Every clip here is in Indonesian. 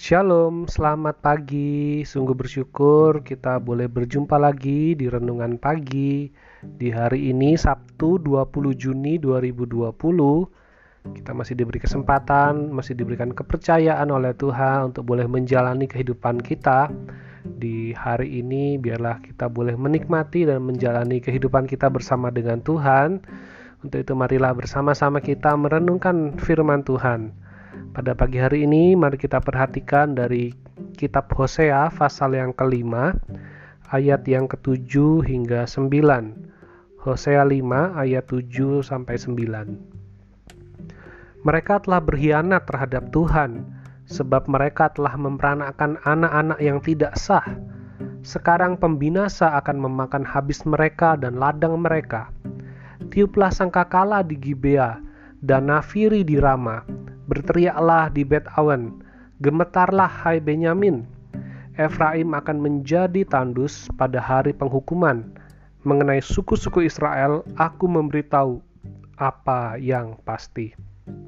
Shalom, selamat pagi. Sungguh bersyukur kita boleh berjumpa lagi di renungan pagi. Di hari ini Sabtu 20 Juni 2020, kita masih diberi kesempatan, masih diberikan kepercayaan oleh Tuhan untuk boleh menjalani kehidupan kita. Di hari ini biarlah kita boleh menikmati dan menjalani kehidupan kita bersama dengan Tuhan. Untuk itu marilah bersama-sama kita merenungkan firman Tuhan. Pada pagi hari ini mari kita perhatikan dari kitab Hosea pasal yang kelima ayat yang ke-7 hingga 9. Hosea 5 ayat 7 sampai 9. Mereka telah berkhianat terhadap Tuhan, sebab mereka telah memperanakkan anak-anak yang tidak sah. Sekarang pembinasa akan memakan habis mereka dan ladang mereka. Tiuplah sangkakala di Gibea dan nafiri di Rama. Berteriaklah di Bet Awen, gemetarlah hai Benyamin. Efraim akan menjadi tandus pada hari penghukuman. Mengenai suku-suku Israel, aku memberitahu apa yang pasti.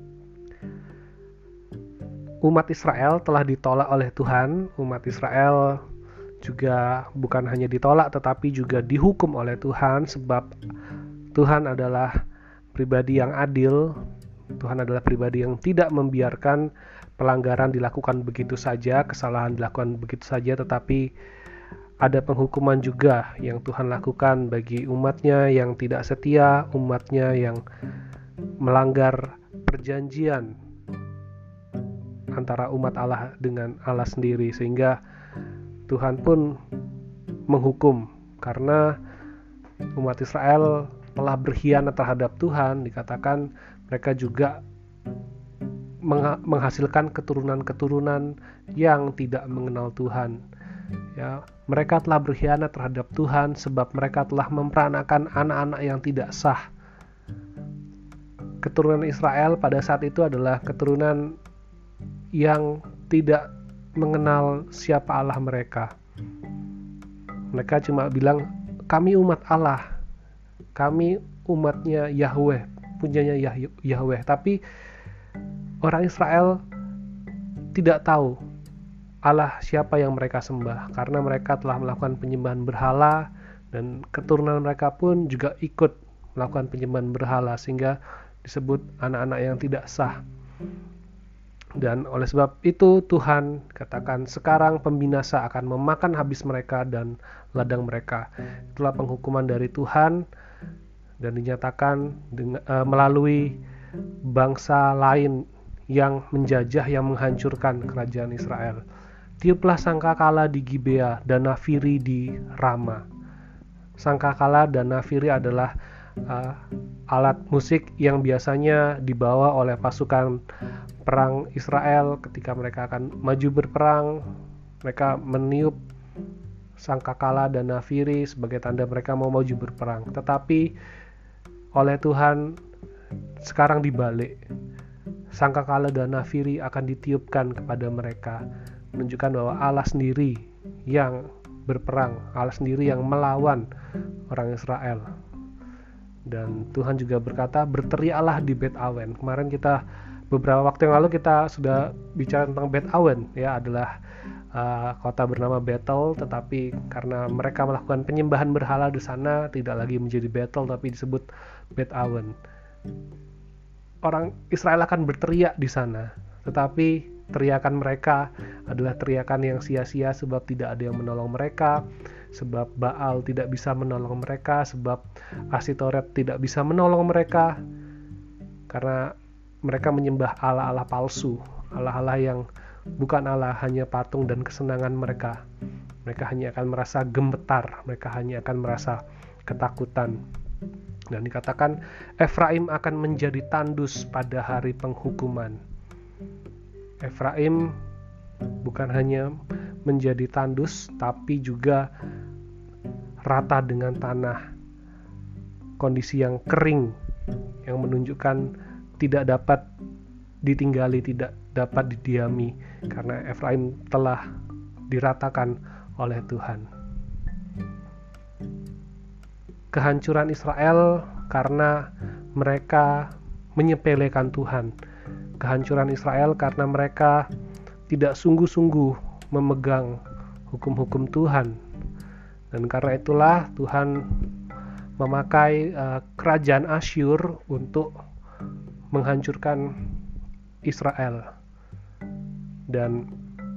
Umat Israel telah ditolak oleh Tuhan. Umat Israel juga bukan hanya ditolak tetapi juga dihukum oleh Tuhan, sebab Tuhan adalah pribadi yang adil. Tuhan adalah pribadi yang tidak membiarkan pelanggaran dilakukan begitu saja, kesalahan dilakukan begitu saja, tetapi ada penghukuman juga yang Tuhan lakukan bagi umatnya yang tidak setia, umatnya yang melanggar perjanjian antara umat Allah dengan Allah sendiri, sehingga Tuhan pun menghukum karena umat Israel telah berkhianat terhadap Tuhan. Dikatakan mereka juga menghasilkan keturunan-keturunan yang tidak mengenal Tuhan. Ya, mereka telah berkhianat terhadap Tuhan sebab mereka telah memperanakkan anak-anak yang tidak sah. Keturunan Israel pada saat itu adalah keturunan yang tidak mengenal siapa Allah mereka. Mereka cuma bilang, kami umat Allah, kami umatnya Yahweh, punyanya Yahweh. Tapi orang Israel tidak tahu Allah siapa yang mereka sembah, karena mereka telah melakukan penyembahan berhala, dan keturunan mereka pun juga ikut melakukan penyembahan berhala, sehingga disebut anak-anak yang tidak sah. Dan oleh sebab itu Tuhan katakan, sekarang pembinasa akan memakan habis mereka dan ladang mereka. Itulah penghukuman dari Tuhan, dan dinyatakan melalui bangsa lain yang menjajah, yang menghancurkan kerajaan Israel. Tiuplah sangkakala di Gibea dan nafiri di Rama. Sangkakala dan nafiri adalah alat musik yang biasanya dibawa oleh pasukan perang Israel ketika mereka akan maju berperang. Mereka meniup sangkakala dan nafiri sebagai tanda mereka mau maju berperang. Tetapi oleh Tuhan sekarang dibalik. Sangkakala dan nafiri akan ditiupkan kepada mereka, menunjukkan bahwa Allah sendiri yang berperang, Allah sendiri yang melawan orang Israel. Dan Tuhan juga berkata, berteriaklah di Bet Awen. Kemarin kita beberapa waktu yang lalu kita sudah bicara tentang Bet Awen, ya, adalah kota bernama Betel, tetapi karena mereka melakukan penyembahan berhala di sana, tidak lagi menjadi Betel tapi disebut Bet Awen. Orang Israel akan berteriak di sana, tetapi teriakan mereka adalah teriakan yang sia-sia, sebab tidak ada yang menolong mereka, sebab Baal tidak bisa menolong mereka, sebab Asitoret tidak bisa menolong mereka, karena mereka menyembah Allah-Allah palsu, Allah-Allah yang bukan Allah, hanya patung dan kesenangan mereka. Mereka hanya akan merasa gemetar, mereka hanya akan merasa ketakutan. Dan dikatakan Efraim akan menjadi tandus pada hari penghukuman. Efraim bukan hanya menjadi tandus, tapi juga rata dengan tanah. Kondisi yang kering, yang menunjukkan tidak dapat ditinggali, tidak dapat didiami, karena Efraim telah diratakan oleh Tuhan. Kehancuran Israel karena mereka menyepelekan Tuhan. Kehancuran Israel karena mereka tidak sungguh-sungguh memegang hukum-hukum Tuhan. Dan karena itulah Tuhan memakai kerajaan Asyur untuk menghancurkan Israel. Dan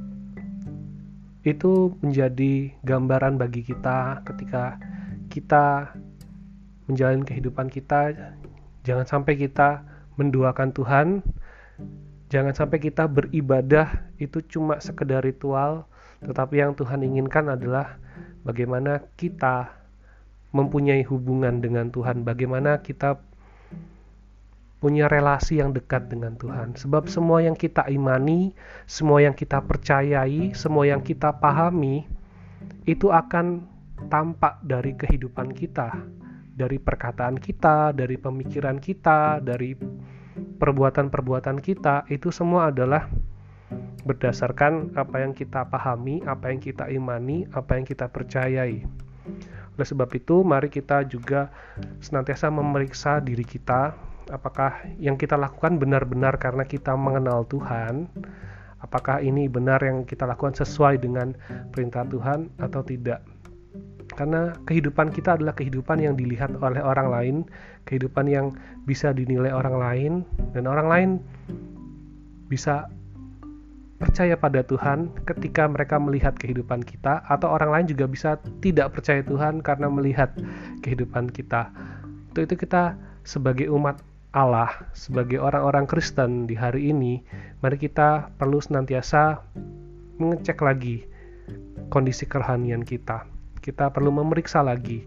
itu menjadi gambaran bagi kita ketika kita menjalani kehidupan kita. Jangan sampai kita menduakan Tuhan, jangan sampai kita beribadah itu cuma sekedar ritual, tetapi yang Tuhan inginkan adalah bagaimana kita mempunyai hubungan dengan Tuhan, bagaimana kita punya relasi yang dekat dengan Tuhan. Sebab semua yang kita imani, semua yang kita percayai, semua yang kita pahami, itu akan tampak dari kehidupan kita, dari perkataan kita, dari pemikiran kita, dari perbuatan-perbuatan kita. Itu semua adalah berdasarkan apa yang kita pahami, apa yang kita imani, apa yang kita percayai. Oleh sebab itu, mari kita juga senantiasa memeriksa diri kita, apakah yang kita lakukan benar-benar karena kita mengenal Tuhan, apakah ini benar yang kita lakukan sesuai dengan perintah Tuhan atau tidak. Karena kehidupan kita adalah kehidupan yang dilihat oleh orang lain, kehidupan yang bisa dinilai orang lain, dan orang lain bisa percaya pada Tuhan ketika mereka melihat kehidupan kita, atau orang lain juga bisa tidak percaya Tuhan karena melihat kehidupan kita. Untuk itu kita sebagai umat Allah, sebagai orang-orang Kristen di hari ini, mari kita perlu senantiasa mengecek lagi kondisi kerohanian kita. Kita perlu memeriksa lagi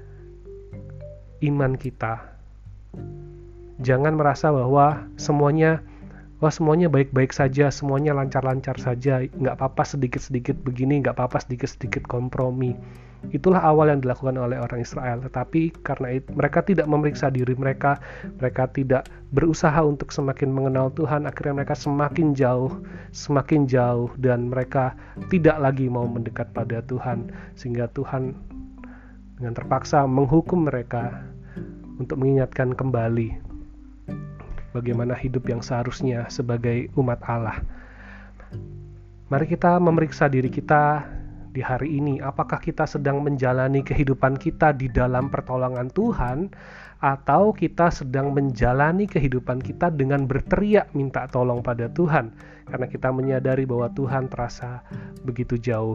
iman kita. Jangan merasa bahwa semuanya baik-baik saja, semuanya lancar-lancar saja, nggak apa-apa sedikit-sedikit begini, nggak apa-apa sedikit-sedikit kompromi. Itulah awal yang dilakukan oleh orang Israel. Tetapi karena itu, mereka tidak memeriksa diri mereka tidak berusaha untuk semakin mengenal Tuhan, akhirnya mereka semakin jauh, dan mereka tidak lagi mau mendekat pada Tuhan, sehingga Tuhan dengan terpaksa menghukum mereka untuk mengingatkan kembali bagaimana hidup yang seharusnya sebagai umat Allah. Mari kita memeriksa diri kita di hari ini, apakah kita sedang menjalani kehidupan kita di dalam pertolongan Tuhan, atau kita sedang menjalani kehidupan kita dengan berteriak minta tolong pada Tuhan, karena kita menyadari bahwa Tuhan terasa begitu jauh.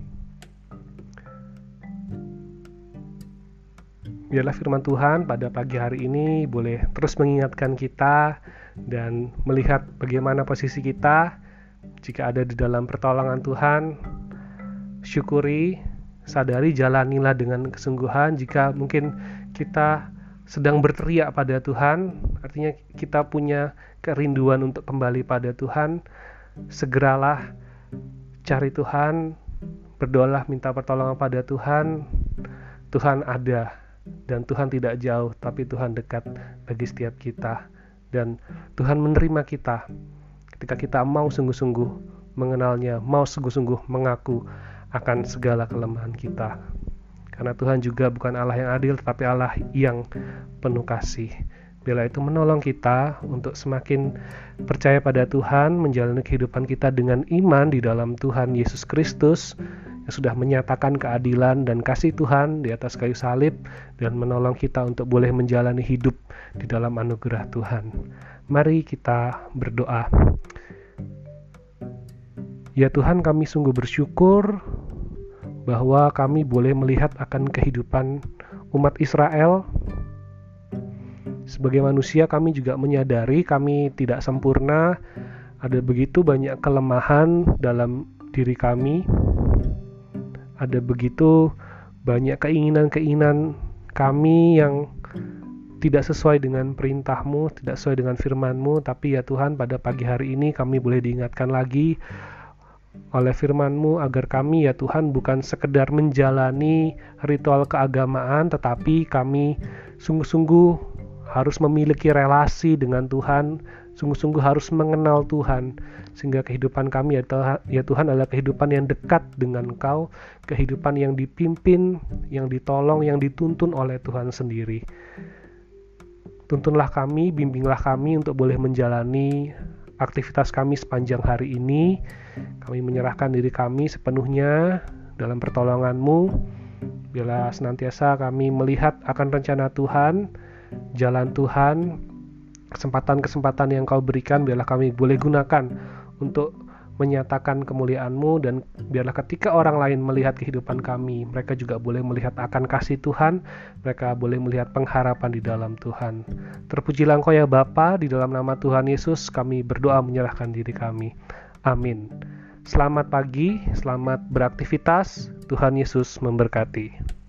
Biarlah firman Tuhan pada pagi hari ini boleh terus mengingatkan kita dan melihat bagaimana posisi kita. Jika ada di dalam pertolongan Tuhan, syukuri, sadari, jalanilah dengan kesungguhan. Jika mungkin kita sedang berteriak pada Tuhan, artinya kita punya kerinduan untuk kembali pada Tuhan, segeralah cari Tuhan, berdoalah, minta pertolongan pada Tuhan. Tuhan ada, dan Tuhan tidak jauh, tapi Tuhan dekat bagi setiap kita. Dan Tuhan menerima kita ketika kita mau sungguh-sungguh mengenalnya, mau sungguh-sungguh mengaku akan segala kelemahan kita. Karena Tuhan juga bukan Allah yang adil, tetapi Allah yang penuh kasih. Bila itu menolong kita untuk semakin percaya pada Tuhan, menjalani kehidupan kita dengan iman di dalam Tuhan Yesus Kristus, yang sudah menyatakan keadilan dan kasih Tuhan di atas kayu salib, dan menolong kita untuk boleh menjalani hidup di dalam anugerah Tuhan. Mari kita berdoa. Ya Tuhan, kami sungguh bersyukur bahwa kami boleh melihat akan kehidupan umat Israel. Sebagai manusia, kami juga menyadari kami tidak sempurna, ada begitu banyak kelemahan dalam diri kami. Ada begitu banyak keinginan-keinginan kami yang tidak sesuai dengan perintah-Mu, tidak sesuai dengan firman-Mu. Tapi ya Tuhan, pada pagi hari ini kami boleh diingatkan lagi oleh firman-Mu agar kami ya Tuhan bukan sekedar menjalani ritual keagamaan, tetapi kami sungguh-sungguh harus memiliki relasi dengan Tuhan, sungguh-sungguh harus mengenal Tuhan, sehingga kehidupan kami ya Tuhan adalah kehidupan yang dekat dengan Engkau, kehidupan yang dipimpin, yang ditolong, yang dituntun oleh Tuhan sendiri. Tuntunlah kami, bimbinglah kami untuk boleh menjalani aktivitas kami sepanjang hari ini. Kami menyerahkan diri kami sepenuhnya dalam pertolongan-Mu. Biarlah senantiasa kami melihat akan rencana Tuhan, jalan Tuhan, kesempatan-kesempatan yang Kau berikan, biarlah kami boleh gunakan untuk menyatakan kemuliaan-Mu, dan biarlah ketika orang lain melihat kehidupan kami, mereka juga boleh melihat akan kasih Tuhan, mereka boleh melihat pengharapan di dalam Tuhan. Terpujilah Engkau ya Bapa, di dalam nama Tuhan Yesus kami berdoa menyerahkan diri kami. Amin. Selamat pagi, selamat beraktivitas, Tuhan Yesus memberkati.